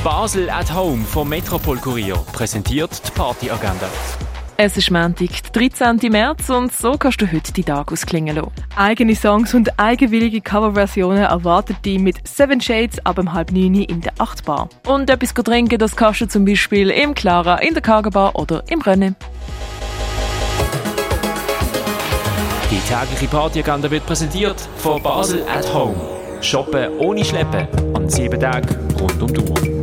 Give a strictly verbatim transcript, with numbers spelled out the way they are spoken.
Basel at Home vom Metropol Kurier präsentiert die Partyagenda. Es ist Montag, der dreizehnten März, und so kannst du heute die Tag ausklingen lassen. Eigene Songs und eigenwillige Coverversionen erwarten dich mit Seven Shades ab um halb neun in der acht Bar. Und etwas trinken, das kannst du zum Beispiel im Clara, in der Cargo Bar oder im René. Die tägliche Partyagenda wird präsentiert von Basel at Home. Shoppen ohne Schleppen an sieben Tagen rund um die Uhr.